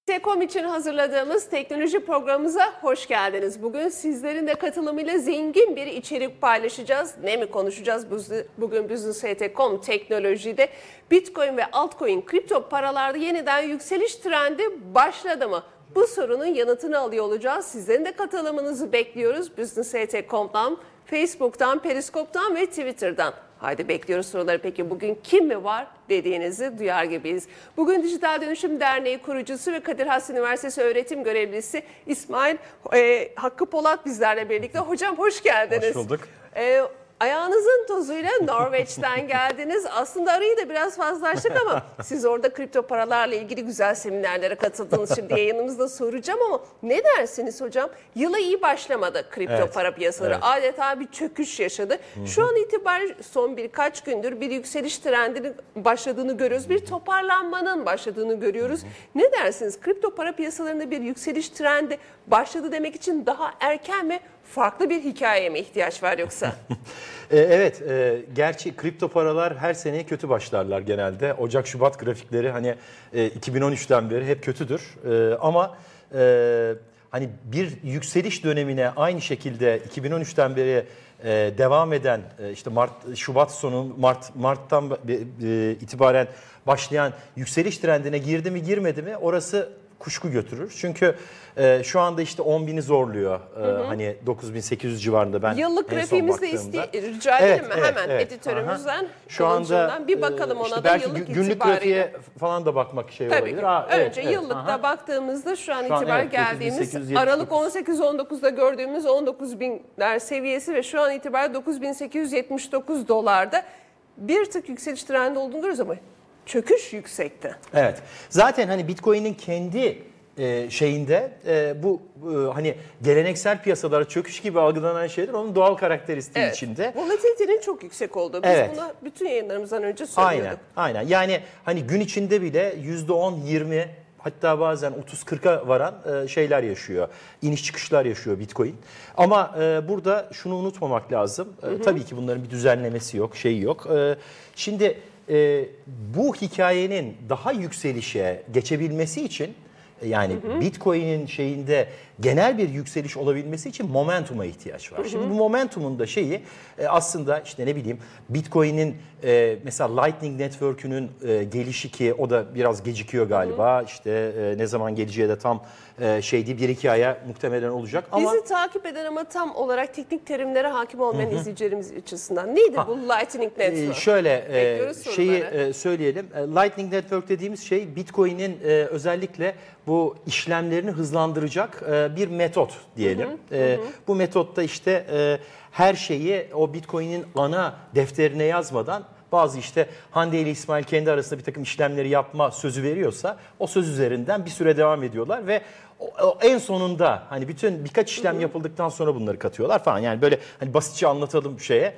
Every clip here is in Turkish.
T.com için hazırladığımız teknoloji programımıza hoş geldiniz. Bugün sizlerin de katılımıyla zengin bir içerik paylaşacağız. Ne mi konuşacağız? Bugün Business T.com teknolojide Bitcoin ve altcoin kripto paralarda yeniden yükseliş trendi başladı mı? Bu sorunun yanıtını alıyor olacağız. Sizlerin de katılımınızı bekliyoruz. Business T.com'dan, Facebook'tan, Periskop'tan ve Twitter'dan. Haydi bekliyoruz soruları. Peki bugün kim mi var dediğinizi duyar gibiyiz. Bugün Dijital Dönüşüm Derneği kurucusu ve Kadir Has Üniversitesi öğretim görevlisi İsmail Hakkı Polat bizlerle birlikte. Hocam hoş geldiniz. Hoş bulduk. Ayağınızın tozuyla Norveç'ten geldiniz. Aslında arayı da biraz fazla açtık ama siz orada kripto paralarla ilgili güzel seminerlere katıldınız. Şimdi yayınımızda soracağım ama ne dersiniz hocam? Yıla iyi başlamadı kripto para piyasaları. Evet. Adeta bir çöküş yaşadı. Şu an itibariyle son birkaç gündür bir yükseliş trendinin başladığını görüyoruz. Bir toparlanmanın başladığını görüyoruz. Ne dersiniz? Kripto para piyasalarında bir yükseliş trendi başladı demek için daha erken mi? Farklı bir hikayeye mi ihtiyaç var yoksa? Evet, gerçi kripto paralar her sene kötü başlarlar genelde. Ocak-Şubat grafikleri hani 2013'ten beri hep kötüdür. Ama hani bir yükseliş dönemine aynı şekilde 2013'ten beri devam eden işte Şubat sonu Mart'tan itibaren başlayan yükseliş trendine girdi mi girmedi mi orası kuşku götürür. Çünkü şu anda işte 10.000'i zorluyor. Hani 9.800 civarında ben yıllık en son grafiğimizde baktığımda. rica edelim mi? Hemen Evet. editörümüzden. Şu anda bir bakalım ona işte da belki yıllık günlük itibariyle. Grafiğe falan da bakmak Tabii olabilir. ki. Önce yıllıkta baktığımızda şu an itibaren geldiğimiz Aralık 18-19'da gördüğümüz 19.000'ler seviyesi ve şu an itibaren 9.879 dolarda bir tık yükseliş trendi olduğunu görüyoruz ama çöküş yüksekti. Evet. Zaten hani Bitcoin'in kendi şeyinde bu hani geleneksel piyasalara çöküş gibi algılanan şeyler onun doğal karakteristiği içinde. Volatilitenin çok yüksek olduğu. Biz bunu bütün yayınlarımızdan önce söylüyorduk. Aynen. Yani hani gün içinde bile %10-20 hatta bazen 30-40'a varan şeyler yaşıyor. İniş çıkışlar yaşıyor Bitcoin. Ama burada şunu unutmamak lazım. Tabii ki bunların bir düzenlemesi yok, şeyi yok. Şimdi bu hikayenin daha yükselişe geçebilmesi için yani Bitcoin'in şeyinde genel bir yükseliş olabilmesi için momentuma ihtiyaç var. Şimdi bu momentumun da şeyi aslında işte ne bileyim Bitcoin'in mesela Lightning Network'ünün gelişi ki o da biraz gecikiyor galiba. İşte ne zaman geleceği de tam şey değil 1-2 aya muhtemelen olacak. Ama bizi takip eden ama tam olarak teknik terimlere hakim olmayan izleyicilerimiz açısından neydi bu Lightning Network? Şöyle şeyi söyleyelim. Lightning Network dediğimiz şey Bitcoin'in özellikle bu işlemlerini hızlandıracak bir metot diyelim. Bu metotta işte her şeyi o Bitcoin'in ana defterine yazmadan bazı işte Hande ile İsmail kendi arasında bir takım işlemleri yapma sözü veriyorsa o söz üzerinden bir süre devam ediyorlar ve en sonunda hani birkaç işlem yapıldıktan sonra bunları katıyorlar falan. Yani böyle hani basitçe anlatalım şeye.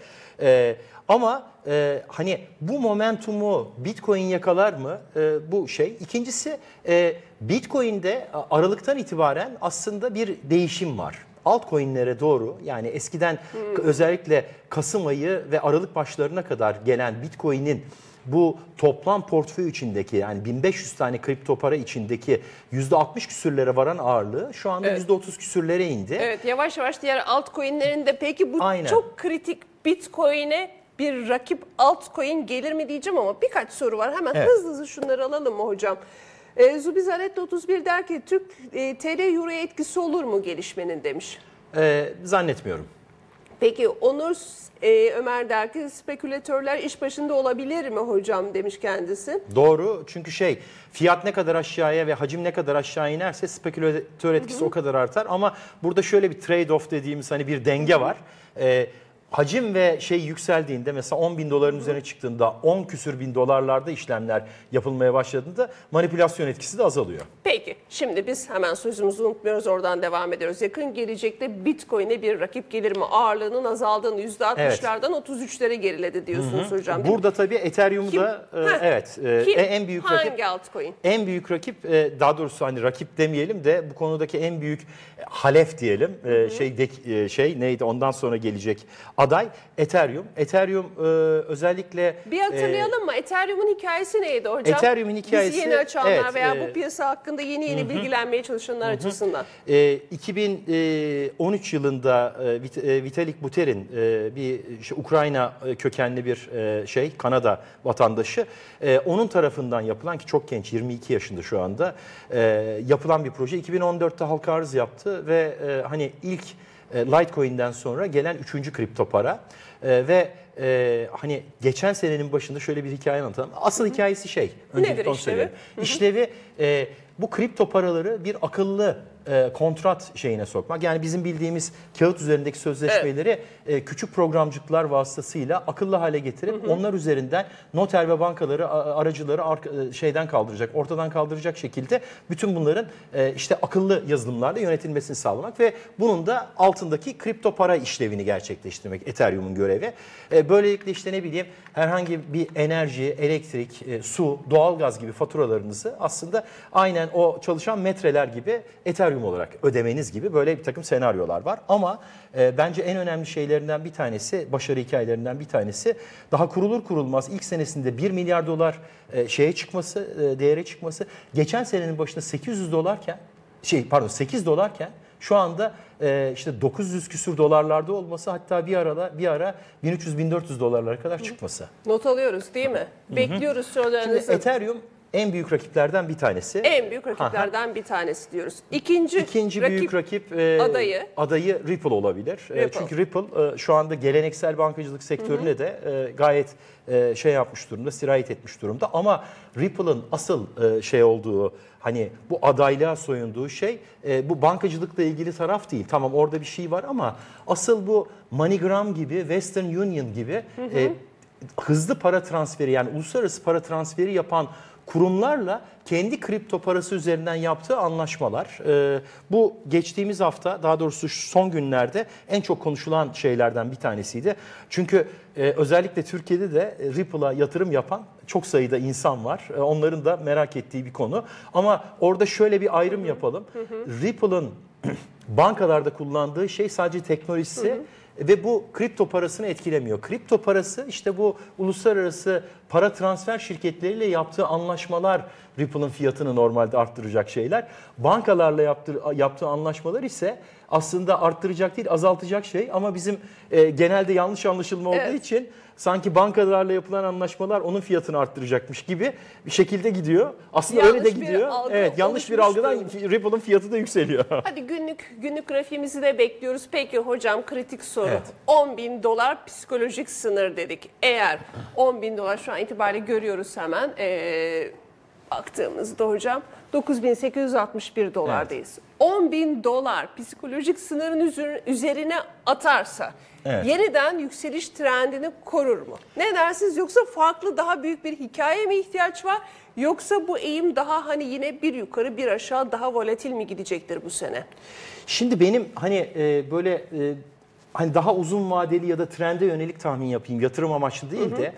Ama hani bu momentumu Bitcoin yakalar mı? Bu şey. İkincisi Bitcoin'de Aralık'tan itibaren aslında bir değişim var. Altcoin'lere doğru yani eskiden özellikle Kasım ayı ve Aralık başlarına kadar gelen Bitcoin'in bu toplam portföy içindeki yani 1500 tane kripto para içindeki %60 küsürlere varan ağırlığı şu anda %30 küsürlere indi. Evet yavaş yavaş diğer altcoin'lerin de peki bu çok kritik Bitcoin'e bir rakip altcoin gelir mi diyeceğim ama birkaç soru var. Hemen hızlı şunları alalım mı hocam? Zubizalet 31 der ki Türk TL Euro'ya etkisi olur mu gelişmenin demiş. Zannetmiyorum. Peki Onur Ömer der ki spekülatörler iş başında olabilir mi hocam demiş kendisi. Doğru çünkü fiyat ne kadar aşağıya ve hacim ne kadar aşağı inerse spekülatör etkisi o kadar artar. Ama burada şöyle bir trade-off dediğimiz hani bir denge var. Hacim ve yükseldiğinde mesela 10.000 doların üzerine çıktığında 10 küsür bin dolarlarda işlemler yapılmaya başladığında manipülasyon etkisi de azalıyor. Peki şimdi biz hemen sözümüzü unutmuyoruz oradan devam ediyoruz. Yakın gelecekte Bitcoin'e bir rakip gelir mi? Ağırlığının azaldığını %60'lardan 33'lere geriledi diyorsunuz hocam. Burada tabii Ethereum'u da en büyük hangi rakip. altcoin? En büyük rakip daha doğrusu hani rakip demeyelim de bu konudaki en büyük halef diyelim. Neydi ondan sonra gelecek aday Ethereum. Ethereum özellikle... Bir hatırlayalım mı? Ethereum'un hikayesi neydi hocam? Ethereum'un hikayesi... Bizi yeni açanlar veya bu piyasa hakkında yeni yeni bilgilenmeye çalışanlar açısından. 2013 yılında Vitalik Buterin bir Ukrayna kökenli bir Kanada vatandaşı, onun tarafından yapılan, ki çok genç, 22 yaşında şu anda, yapılan bir proje. 2014'te halka arz yaptı ve hani ilk Litecoin'den sonra gelen 3. kripto para ve hani geçen senenin başında şöyle bir hikaye anlatalım. Asıl hikayesi öncelikle onu söyleyeyim. İşlevi bu kripto paraları bir akıllı kontrat şeyine sokmak. Yani bizim bildiğimiz kağıt üzerindeki sözleşmeleri küçük programcıklar vasıtasıyla akıllı hale getirip onlar üzerinden noter ve bankaları, aracıları ortadan kaldıracak şekilde bütün bunların işte akıllı yazılımlarla yönetilmesini sağlamak ve bunun da altındaki kripto para işlevini gerçekleştirmek Ethereum'un görevi. Böylelikle işte ne bileyim herhangi bir enerji, elektrik, su, doğalgaz gibi faturalarınızı aslında aynen o çalışan metreler gibi Ethereum olarak ödemeniz gibi böyle bir takım senaryolar var. Ama bence en önemli şeylerinden bir tanesi, başarı hikayelerinden bir tanesi, daha kurulur kurulmaz ilk senesinde 1 milyar dolar değere çıkması. Geçen senenin başında 8 dolarken şu anda işte 900 küsur dolarlarda olması, hatta bir ara 1300-1400 dolarlara kadar çıkması. Not alıyoruz değil mi? Bekliyoruz sorularınızı. Şimdi Ethereum en büyük rakiplerden bir tanesi. En büyük rakiplerden bir tanesi diyoruz. İkinci büyük rakip adayı Ripple olabilir. Çünkü Ripple şu anda geleneksel bankacılık sektörüne de gayet yapmış durumda, sirayet etmiş durumda. Ama Ripple'ın asıl olduğu, hani bu adaylığa soyunduğu bu bankacılıkla ilgili taraf değil. Tamam, orada bir şey var ama asıl bu MoneyGram gibi, Western Union gibi hızlı para transferi, yani uluslararası para transferi yapan kurumlarla kendi kripto parası üzerinden yaptığı anlaşmalar. Bu geçtiğimiz hafta, daha doğrusu son günlerde en çok konuşulan şeylerden bir tanesiydi. Çünkü özellikle Türkiye'de de Ripple'a yatırım yapan çok sayıda insan var. Onların da merak ettiği bir konu. Ama orada şöyle bir ayrım yapalım. Ripple'ın bankalarda kullandığı sadece teknolojisi ve bu kripto parasını etkilemiyor. Kripto parası işte bu uluslararası para transfer şirketleriyle yaptığı anlaşmalar Ripple'ın fiyatını normalde arttıracak şeyler. Bankalarla yaptığı anlaşmalar ise aslında arttıracak değil, azaltacak ama bizim genelde yanlış anlaşılma olduğu için sanki bankalarla yapılan anlaşmalar onun fiyatını arttıracakmış gibi bir şekilde gidiyor. Aslında yanlış öyle de gidiyor. Evet, yanlış bir algıdan Ripple'ın fiyatı da yükseliyor. Hadi günlük grafiğimizi de bekliyoruz. Peki hocam, kritik soru. Evet. 10.000 dolar psikolojik sınır dedik. Eğer 10.000 dolar şu an itibariyle görüyoruz hemen. Baktığımızda hocam 9.861 dolardayız. Evet. 10.000 dolar psikolojik sınırın üzerine atarsa yeniden yükseliş trendini korur mu? Ne dersiniz? Yoksa farklı, daha büyük bir hikaye mi ihtiyaç var? Yoksa bu eğim daha hani yine bir yukarı bir aşağı daha volatil mi gidecektir bu sene? Şimdi benim hani daha uzun vadeli ya da trende yönelik tahmin yapayım, yatırım amaçlı değil de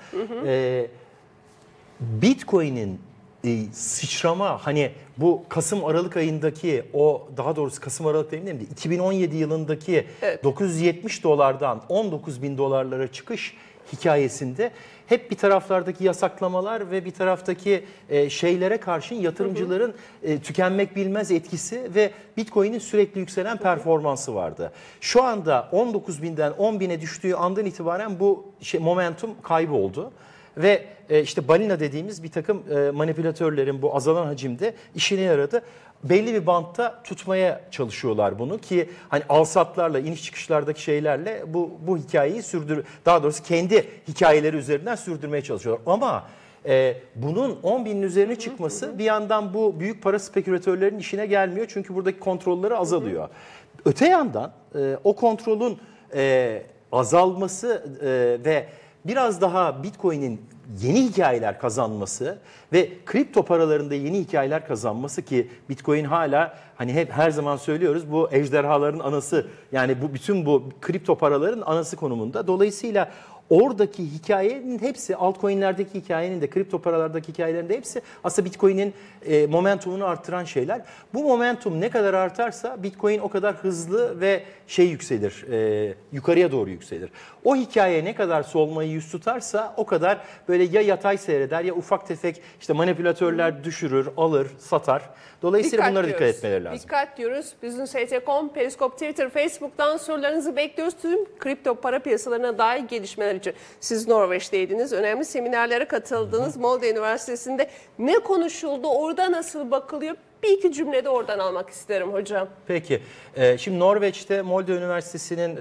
Bitcoin'in sıçrama, hani bu Kasım-Aralık ayındaki, daha doğrusu Kasım-Aralık değil mi? 2017 yılındaki 970 dolardan 19.000 dolarlara çıkış hikayesinde hep bir taraflardaki yasaklamalar ve bir taraftaki şeylere karşın yatırımcıların tükenmek bilmez etkisi ve Bitcoin'in sürekli yükselen performansı vardı. Şu anda 19.000'den 10.000'e düştüğü andan itibaren bu momentum kayboldu. Ve işte balina dediğimiz bir takım manipülatörlerin bu azalan hacimde işine yaradı. Belli bir bantta tutmaya çalışıyorlar bunu ki hani alsatlarla, iniş çıkışlardaki şeylerle bu hikayeyi daha doğrusu kendi hikayeleri üzerinden sürdürmeye çalışıyorlar. Ama bunun 10.000'in üzerine çıkması bir yandan bu büyük para spekülatörlerinin işine gelmiyor. Çünkü buradaki kontrolleri azalıyor. Öte yandan o kontrolün azalması ve biraz daha Bitcoin'in yeni hikayeler kazanması ve kripto paralarında yeni hikayeler kazanması, ki Bitcoin hala hani her zaman söylüyoruz bu ejderhaların anası, yani bütün bu kripto paraların anası konumunda. Dolayısıyla Oradaki hikayenin hepsi, altcoin'lerdeki hikayenin de, kripto paralardaki hikayelerin de hepsi aslında Bitcoin'in momentumunu arttıran şeyler. Bu momentum ne kadar artarsa Bitcoin o kadar hızlı ve yükselir, yukarıya doğru yükselir. O hikaye ne kadar solmayı yüz tutarsa o kadar böyle ya yatay seyreder ya ufak tefek işte manipülatörler düşürür, alır, satar. Dolayısıyla bunlara dikkat etmeleri lazım. Dikkat diyoruz. Business.com, Periskop, Twitter, Facebook'tan sorularınızı bekliyoruz. Tüm kripto para piyasalarına dair gelişmeler için. Siz Norveç'teydiniz. Önemli seminerlere katıldınız. Molde Üniversitesi'nde ne konuşuldu? Orada nasıl bakılıyor? Bir iki cümlede oradan almak isterim hocam. Peki. Şimdi Norveç'te Molde Üniversitesi'nin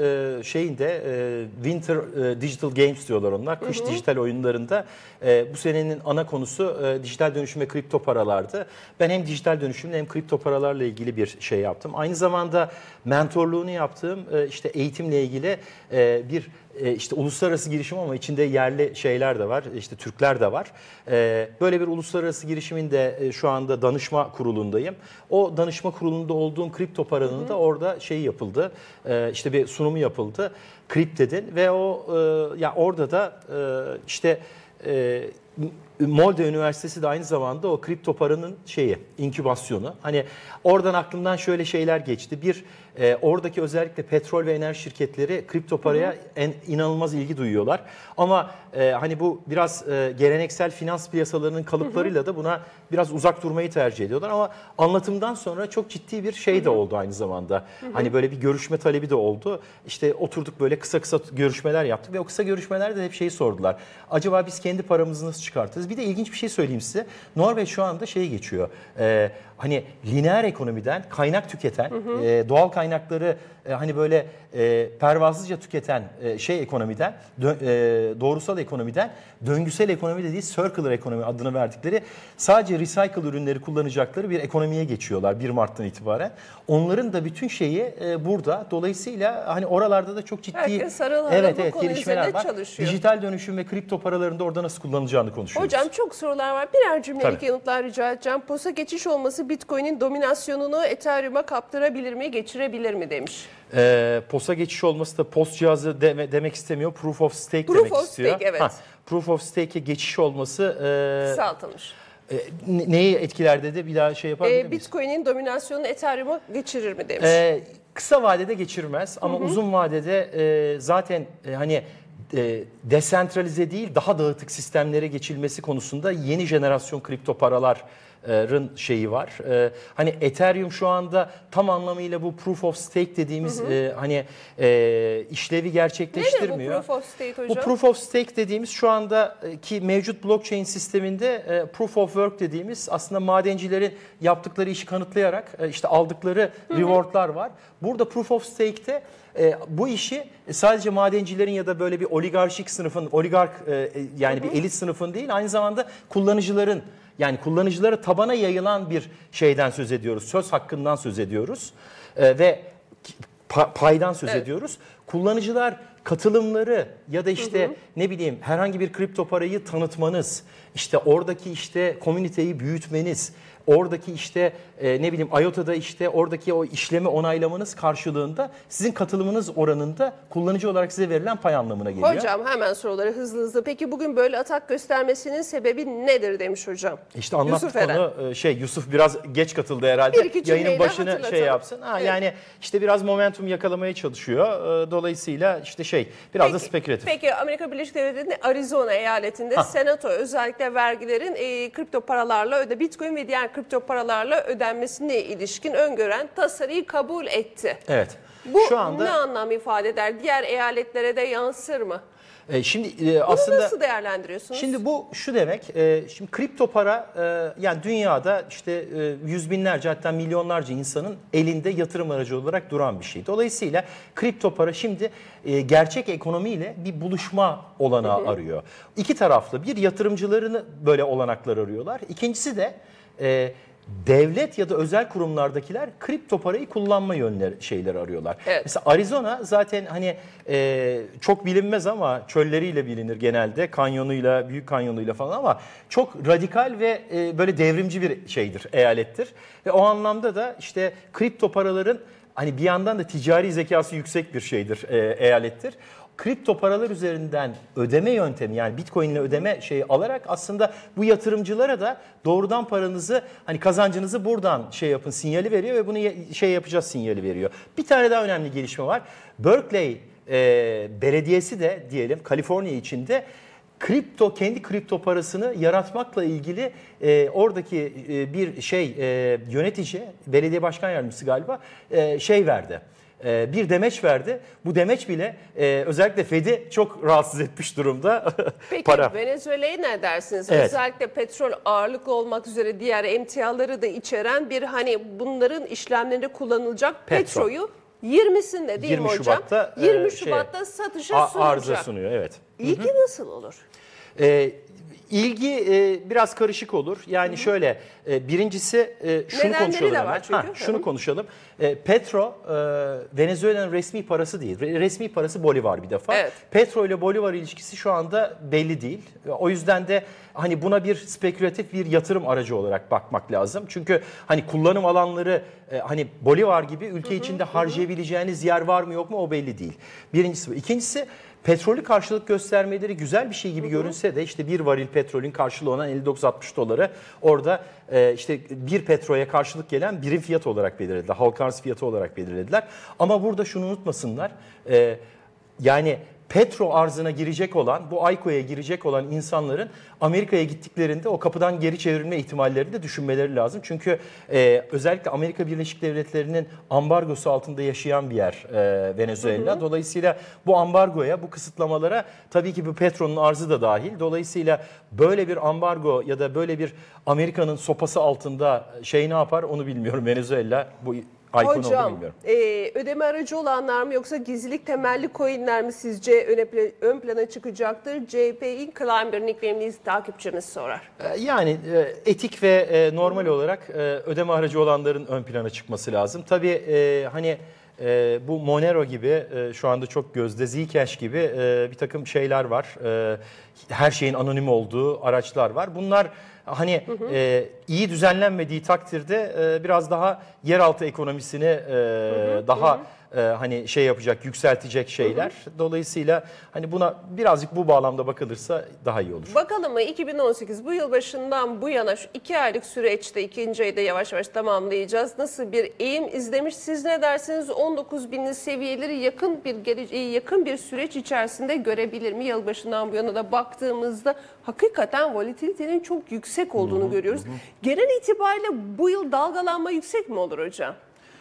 Winter Digital Games diyorlar onlar. Kış dijital oyunlarında bu senenin ana konusu dijital dönüşüm ve kripto paralardı. Ben hem dijital dönüşümle hem kripto paralarla ilgili bir şey yaptım. Aynı zamanda mentorluğunu yaptığım işte eğitimle ilgili bir işte uluslararası girişim ama içinde yerli şeyler de var, işte Türkler de var. Böyle bir uluslararası girişimin de şu anda danışma kurulundayım. O danışma kurulunda olduğum kripto paranın da orada yapıldı, işte bir sunumu yapıldı. Kripted'in ve o ya orada da işte Molde Üniversitesi de aynı zamanda o kripto paranın inkübasyonu. Hani oradan aklımdan şöyle şeyler geçti. Bir, oradaki özellikle petrol ve enerji şirketleri kripto paraya inanılmaz ilgi duyuyorlar. Ama hani bu biraz geleneksel finans piyasalarının kalıplarıyla da buna biraz uzak durmayı tercih ediyorlar. Ama anlatımdan sonra çok ciddi bir de oldu aynı zamanda. Hani böyle bir görüşme talebi de oldu. İşte oturduk böyle kısa görüşmeler yaptık ve o kısa görüşmelerde de hep sordular. Acaba biz kendi paramızı nasıl çıkartırız? Bir de ilginç bir şey söyleyeyim size. Norveç şu anda geçiyor. Hani lineer ekonomiden kaynak tüketen, doğal kaynakları hani böyle pervasızca tüketen ekonomiden, doğrusal ekonomiden döngüsel ekonomi dediği circular ekonomi adını verdikleri sadece recycle ürünleri kullanacakları bir ekonomiye geçiyorlar 1 Mart'tan itibaren. Onların da bütün burada. Dolayısıyla hani oralarda da çok ciddi gelişmeler var. Çalışıyor. Dijital dönüşüm ve kripto paralarında orada nasıl kullanılacağını konuşuyoruz. Hocam çok sorular var. Birer cümlelik yanıtlar rica edeceğim. POS'a geçiş olması Bitcoin'in dominasyonunu Ethereum'a kaptırabilir mi, geçirebilir mi demiş. POS'a geçiş olması da POS cihazı demek istemiyor. Proof of Stake demek istiyor. Proof of Stake, evet. Proof of Stake'e geçiş olması kısaltılmış. Neyi etkiler dedi? Bir daha yapabilir miyiz? Bitcoin'in dominasyonunu Ethereum'a geçirir mi demiş. Kısa vadede geçirmez ama uzun vadede zaten hani desentralize değil daha dağıtık sistemlere geçilmesi konusunda yeni jenerasyon kripto paralar var. Hani Ethereum şu anda tam anlamıyla bu Proof of Stake dediğimiz hani işlevi gerçekleştirmiyor. Nedir bu Proof of Stake hocam? Bu Proof of Stake dediğimiz şu andaki mevcut blockchain sisteminde Proof of Work dediğimiz aslında madencilerin yaptıkları işi kanıtlayarak işte aldıkları rewardlar var. Burada Proof of Stake'te bu işi sadece madencilerin ya da böyle bir oligarşik sınıfın, yani bir elit sınıfın değil, aynı zamanda kullanıcıların, yani kullanıcılara tabana yayılan bir şeyden söz ediyoruz. Söz hakkından söz ediyoruz ve paydan söz ediyoruz. Kullanıcılar katılımları ya da herhangi bir kripto parayı tanıtmanız, oradaki komüniteyi büyütmeniz, oradaki IOTA'da oradaki o işlemi onaylamanız karşılığında sizin katılımınız oranında kullanıcı olarak size verilen pay anlamına geliyor. Hocam hemen soruları hızlı. Peki bugün böyle atak göstermesinin sebebi nedir demiş hocam. Anlattık onu. Yusuf biraz geç katıldı herhalde. Yayının başını yapsın. Evet. Yani biraz momentum yakalamaya çalışıyor. Dolayısıyla biraz da spekülatif. Peki Amerika Birleşik Devletleri'nin Arizona eyaletinde Senato özellikle vergilerin kripto paralarla Bitcoin ve diğer kripto paralarla ödenmesine ilişkin öngören tasarıyı kabul etti. Evet. Bu şu anda ne anlam ifade eder? Diğer eyaletlere de yansır mı? Şimdi aslında bunu nasıl değerlendiriyorsunuz? Şimdi bu şu demek. Şimdi kripto para yani dünyada yüz binlerce hatta milyonlarca insanın elinde yatırım aracı olarak duran bir şey. Dolayısıyla kripto para şimdi gerçek ekonomiyle bir buluşma olanağı arıyor. İki taraflı, bir yatırımcılarını böyle olanaklar arıyorlar. İkincisi de devlet ya da özel kurumlardakiler kripto parayı kullanma şeyleri arıyorlar. Evet. Mesela Arizona zaten hani çok bilinmez ama çölleriyle bilinir genelde. Kanyonuyla, büyük kanyonuyla falan ama çok radikal ve böyle devrimci bir eyalettir. Ve o anlamda da kripto paraların hani bir yandan da ticari zekası yüksek bir şeydir, eyalettir. Kripto paralar üzerinden ödeme yöntemi, yani Bitcoin ile ödeme şeyi alarak aslında bu yatırımcılara da doğrudan paranızı, hani kazancınızı buradan şey yapın sinyali veriyor ve bunu şey yapacağız sinyali veriyor. Bir tane daha önemli gelişme var. Berkeley Belediyesi de diyelim Kaliforniya içinde kendi kripto parasını yaratmakla ilgili oradaki bir yönetici, belediye başkan yardımcısı galiba şey verdi. Bir demeç verdi. Bu demeç bile özellikle Fed'i çok rahatsız etmiş durumda. Peki para. Venezuela'ya ne dersiniz? Evet. Özellikle petrol ağırlıklı olmak üzere diğer emtiaları da içeren bir hani bunların işlemlerinde kullanılacak petroyu 20'sinde değil 20 mi hocam? Şubat'ta, 20 Şubat'ta satışa sunulacak. Arıza sunuyor, evet. İlgi nasıl olur? İlgi biraz karışık olur. Yani şöyle, birincisi şunu Nedenleri konuşalım de hemen. var çünkü. Şunu konuşalım. Petro Venezuela'nın resmi parası değil. Resmi parası Bolivar bir defa. Evet. Petro ile Bolivar ilişkisi şu anda belli değil. O yüzden de hani buna bir spekülatif bir yatırım aracı olarak bakmak lazım. Çünkü hani kullanım alanları hani Bolivar gibi ülke içinde harcayabileceğiniz yer var mı yok mu o belli değil. Birincisi bu. İkincisi, petrolü karşılık göstermeleri güzel bir şey gibi görünse de işte bir varil petrolün karşılığı olan 59-60 doları orada işte bir petroya karşılık gelen birim fiyat olarak belirlediler. Halka arz fiyatı olarak belirlediler. Ama burada şunu unutmasınlar. Yani petro arzına girecek olan, bu Ayko'ya girecek olan insanların Amerika'ya gittiklerinde o kapıdan geri çevrilme ihtimallerini de düşünmeleri lazım. Çünkü özellikle Amerika Birleşik Devletleri'nin ambargosu altında yaşayan bir yer Venezuela. Dolayısıyla bu ambargoya, bu kısıtlamalara tabii ki bu petronun arzı da dahil. Dolayısıyla böyle bir ambargo ya da böyle bir Amerika'nın sopası altında şey ne yapar onu bilmiyorum Venezuela. Bu Hocam, ödeme aracı olanlar mı yoksa gizlilik temelli coinler mi sizce ön plana çıkacaktır? JP'in Climber nickname'li takipçimiz sorar. Yani etik ve normal olarak ödeme aracı olanların ön plana çıkması lazım. Tabii hani bu Monero gibi şu anda çok gözde, Zcash gibi bir takım şeyler var. Her şeyin anonim olduğu araçlar var. Bunlar hani iyi düzenlenmediği takdirde biraz daha yeraltı ekonomisini daha hani şey yapacak, yükseltecek şeyler. Dolayısıyla hani buna birazcık bu bağlamda bakılırsa daha iyi olur. Bakalım mı 2018 bu yıl başından bu yana şu 2 aylık süreçte 2. ayda yavaş yavaş tamamlayacağız. Nasıl bir eğim izlemiş? Siz ne dersiniz? 19.000'li seviyeleri yakın bir süreç içerisinde görebilir mi? Yıl başından bu yana da baktığımızda hakikaten volatilitenin çok yüksek olduğunu görüyoruz. Genel itibariyle bu yıl dalgalanma yüksek mi olur hocam?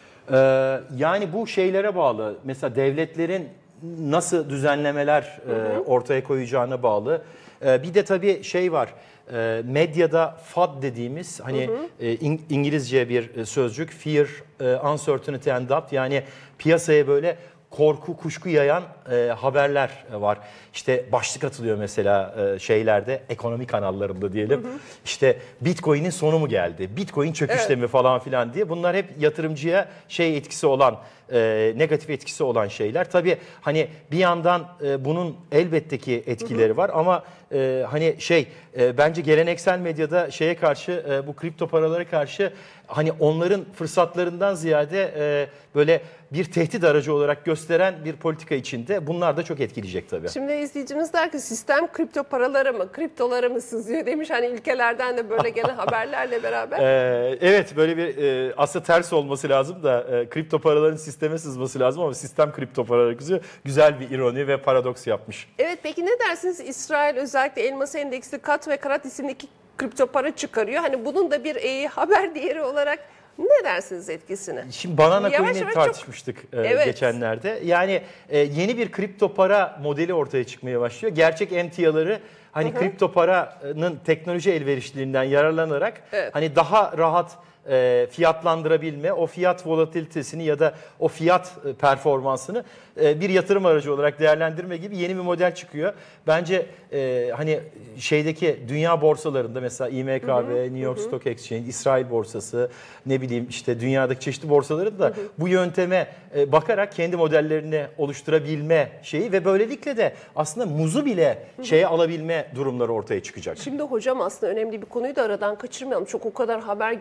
Yani bu şeylere bağlı. Mesela devletlerin nasıl düzenlemeler ortaya koyacağına bağlı. Bir de tabii şey var. Medyada FUD dediğimiz hani İngilizce bir sözcük, fear, uncertainty and doubt, yani piyasaya böyle korku, kuşku yayan haberler var. İşte başlık atılıyor mesela şeylerde, ekonomi kanallarında diyelim. İşte Bitcoin'in sonu mu geldi? Bitcoin çöküşte mi falan filan diye. Bunlar hep yatırımcıya şey etkisi olan, negatif etkisi olan şeyler. Tabii hani bir yandan bunun elbette ki etkileri var ama hani bence geleneksel medyada şeye karşı, bu kripto paralara karşı hani onların fırsatlarından ziyade böyle bir tehdit aracı olarak gösteren bir politika içinde bunlar da çok etkileyecek tabii. Şimdi izleyicimiz der ki sistem kripto paralara mı, kriptolara mı sızıyor demiş. Hani ülkelerden de böyle gelen haberlerle beraber. Evet, böyle bir aslında ters olması lazım da kripto paraların sisteme sızması lazım ama sistem kripto paralara sızıyor. Güzel bir ironi ve paradoks yapmış. Evet, peki ne dersiniz? İsrail özellikle elmas endeksli Kat ve Karat isimli iki kripto para çıkarıyor. Hani bunun da bir haber değeri olarak ne dersiniz etkisini? Şimdi Banana Coin'i tartışmıştık geçenlerde. Yani yeni bir kripto para modeli ortaya çıkmaya başlıyor. Gerçek emtiaları hani kripto paranın teknoloji elverişliliğinden yararlanarak hani daha rahat fiyatlandırabilme, o fiyat volatilitesini ya da o fiyat performansını bir yatırım aracı olarak değerlendirme gibi yeni bir model çıkıyor. Bence hani şeydeki dünya borsalarında mesela İMKB, New York Stock Exchange, İsrail borsası, ne bileyim işte dünyadaki çeşitli borsaların da bu yönteme bakarak kendi modellerini oluşturabilme şeyi ve böylelikle de aslında muzu bile şeye alabilme durumları ortaya çıkacak. Şimdi hocam aslında önemli bir konuyu da aradan kaçırmayalım. Çok o kadar haber gelişme var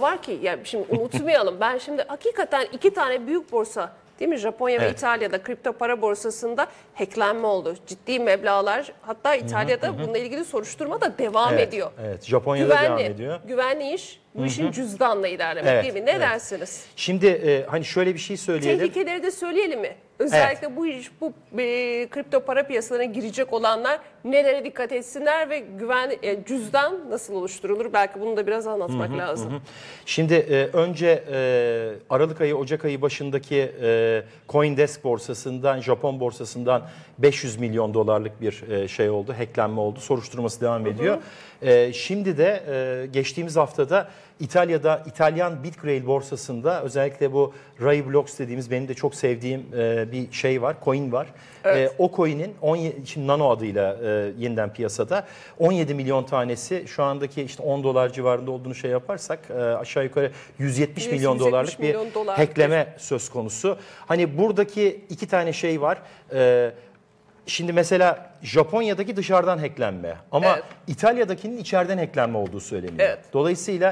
var ki yani şimdi unutmayalım. Ben şimdi hakikaten 2 tane büyük borsa değil mi? Japonya ve İtalya'da kripto para borsasında hacklenme oldu. Ciddi meblağlar. Hatta İtalya'da bununla ilgili soruşturma da devam ediyor. Evet, Japonya'da devam ediyor. Güvenli iş bu işin cüzdanla ilerlemek değil mi? Ne dersiniz? Şimdi hani şöyle bir şey söyleyelim. Tehlikeleri de söyleyelim mi? Özellikle bu kripto para piyasalarına girecek olanlar nelere dikkat etsinler ve cüzdan nasıl oluşturulur? Belki bunu da biraz anlatmak lazım. Şimdi önce Aralık ayı, Ocak ayı başındaki CoinDesk borsasından, Japon borsasından 500 milyon dolarlık bir şey oldu, hacklenme oldu. Soruşturması devam ediyor. Şimdi de geçtiğimiz haftada İtalya'da İtalyan Bitgrail borsasında özellikle bu Raiblocks dediğimiz benim de çok sevdiğim bir şey var, coin var. Evet. O coin'in şimdi Nano adıyla yeniden piyasada 17 milyon tanesi şu andaki işte 10 dolar civarında olduğunu şey yaparsak aşağı yukarı 170 milyon dolarlık bir hackleme söz konusu. Hani buradaki 2 tane şey var. Şimdi mesela Japonya'daki dışarıdan hacklenme ama İtalya'dakinin içeriden hacklenme olduğu söyleniyor. Evet. Dolayısıyla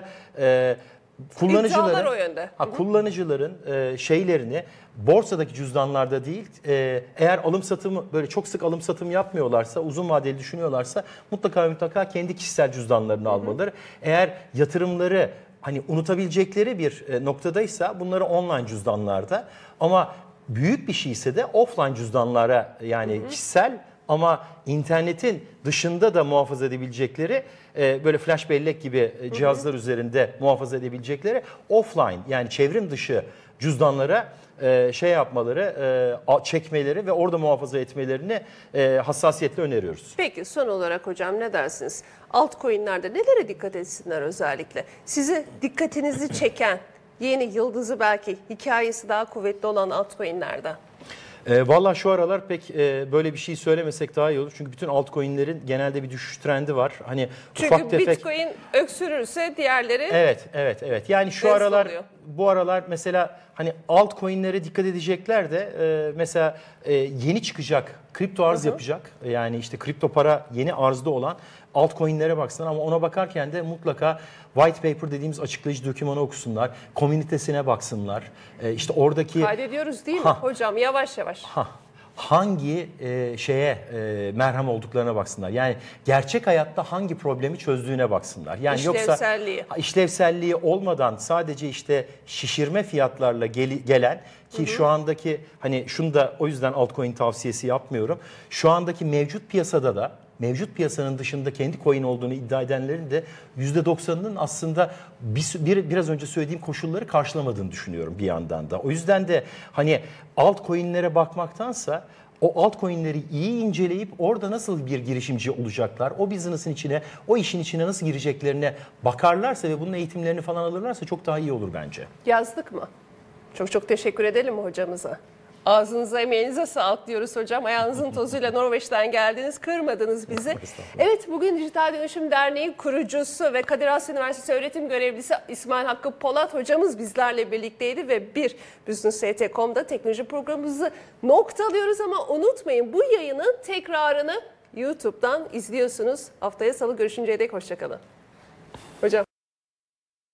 kullanıcıların şeylerini borsadaki cüzdanlarda değil, eğer alım satımı böyle çok sık alım satım yapmıyorlarsa, uzun vadeli düşünüyorlarsa mutlaka kendi kişisel cüzdanlarını almaları. Eğer yatırımları hani unutabilecekleri bir noktadaysa bunları online cüzdanlarda, ama büyük bir şeyse de offline cüzdanlara, yani kişisel ama internetin dışında da muhafaza edebilecekleri böyle flash bellek gibi cihazlar üzerinde muhafaza edebilecekleri offline, yani çevrim dışı cüzdanlara şey yapmaları, çekmeleri ve orada muhafaza etmelerini hassasiyetle öneriyoruz. Peki son olarak hocam ne dersiniz? Altcoin'lerde nelere dikkat etsinler özellikle? Sizi dikkatinizi çeken yeni yıldızı, belki hikayesi daha kuvvetli olan altcoin'lerden? Valla şu aralar pek böyle bir şey söylemesek daha iyi olur. Çünkü bütün altcoin'lerin genelde bir düşüş trendi var. Hani çünkü ufak tefek... Bitcoin öksürürse diğerleri Evet. Yani şu aralar oluyor. Bu aralar mesela hani altcoin'lere dikkat edecekler de mesela yeni çıkacak kripto arz yapacak. Yani işte kripto para yeni arzda olan altcoin'lere baksınlar, ama ona bakarken de mutlaka white paper dediğimiz açıklayıcı dokümanı okusunlar. Komünitesine baksınlar. İşte oradaki... Kaydediyoruz değil mi hocam? Yavaş yavaş. Hangi merhem olduklarına baksınlar. Yani gerçek hayatta hangi problemi çözdüğüne baksınlar. Yani işlevselliği. Yoksa işlevselliği olmadan sadece işte şişirme fiyatlarla gelen ki şu andaki, hani şunu da o yüzden altcoin tavsiyesi yapmıyorum. Şu andaki mevcut piyasada da, mevcut piyasanın dışında kendi coin olduğunu iddia edenlerin de %90'ının aslında biraz önce söylediğim koşulları karşılamadığını düşünüyorum bir yandan da. O yüzden de hani altcoin'lere bakmaktansa o altcoin'leri iyi inceleyip orada nasıl bir girişimci olacaklar, o business'ın içine, o işin içine nasıl gireceklerine bakarlarsa ve bunun eğitimlerini falan alırlarsa çok daha iyi olur bence. Yazdık mı? Çok teşekkür edelim hocamıza. Ağzınıza, emeğinize sağlık diyoruz hocam. Ayağınızın tozuyla Norveç'ten geldiniz, kırmadınız bizi. Evet, bugün Dijital Dönüşüm Derneği kurucusu ve Kadir Has Üniversitesi öğretim görevlisi İsmail Hakkı Polat hocamız bizlerle birlikteydi ve Business.com.'da teknoloji programımızı noktalıyoruz, ama unutmayın bu yayının tekrarını YouTube'dan izliyorsunuz. Haftaya Salı görüşünceye dek hoşça kalın. Hocam.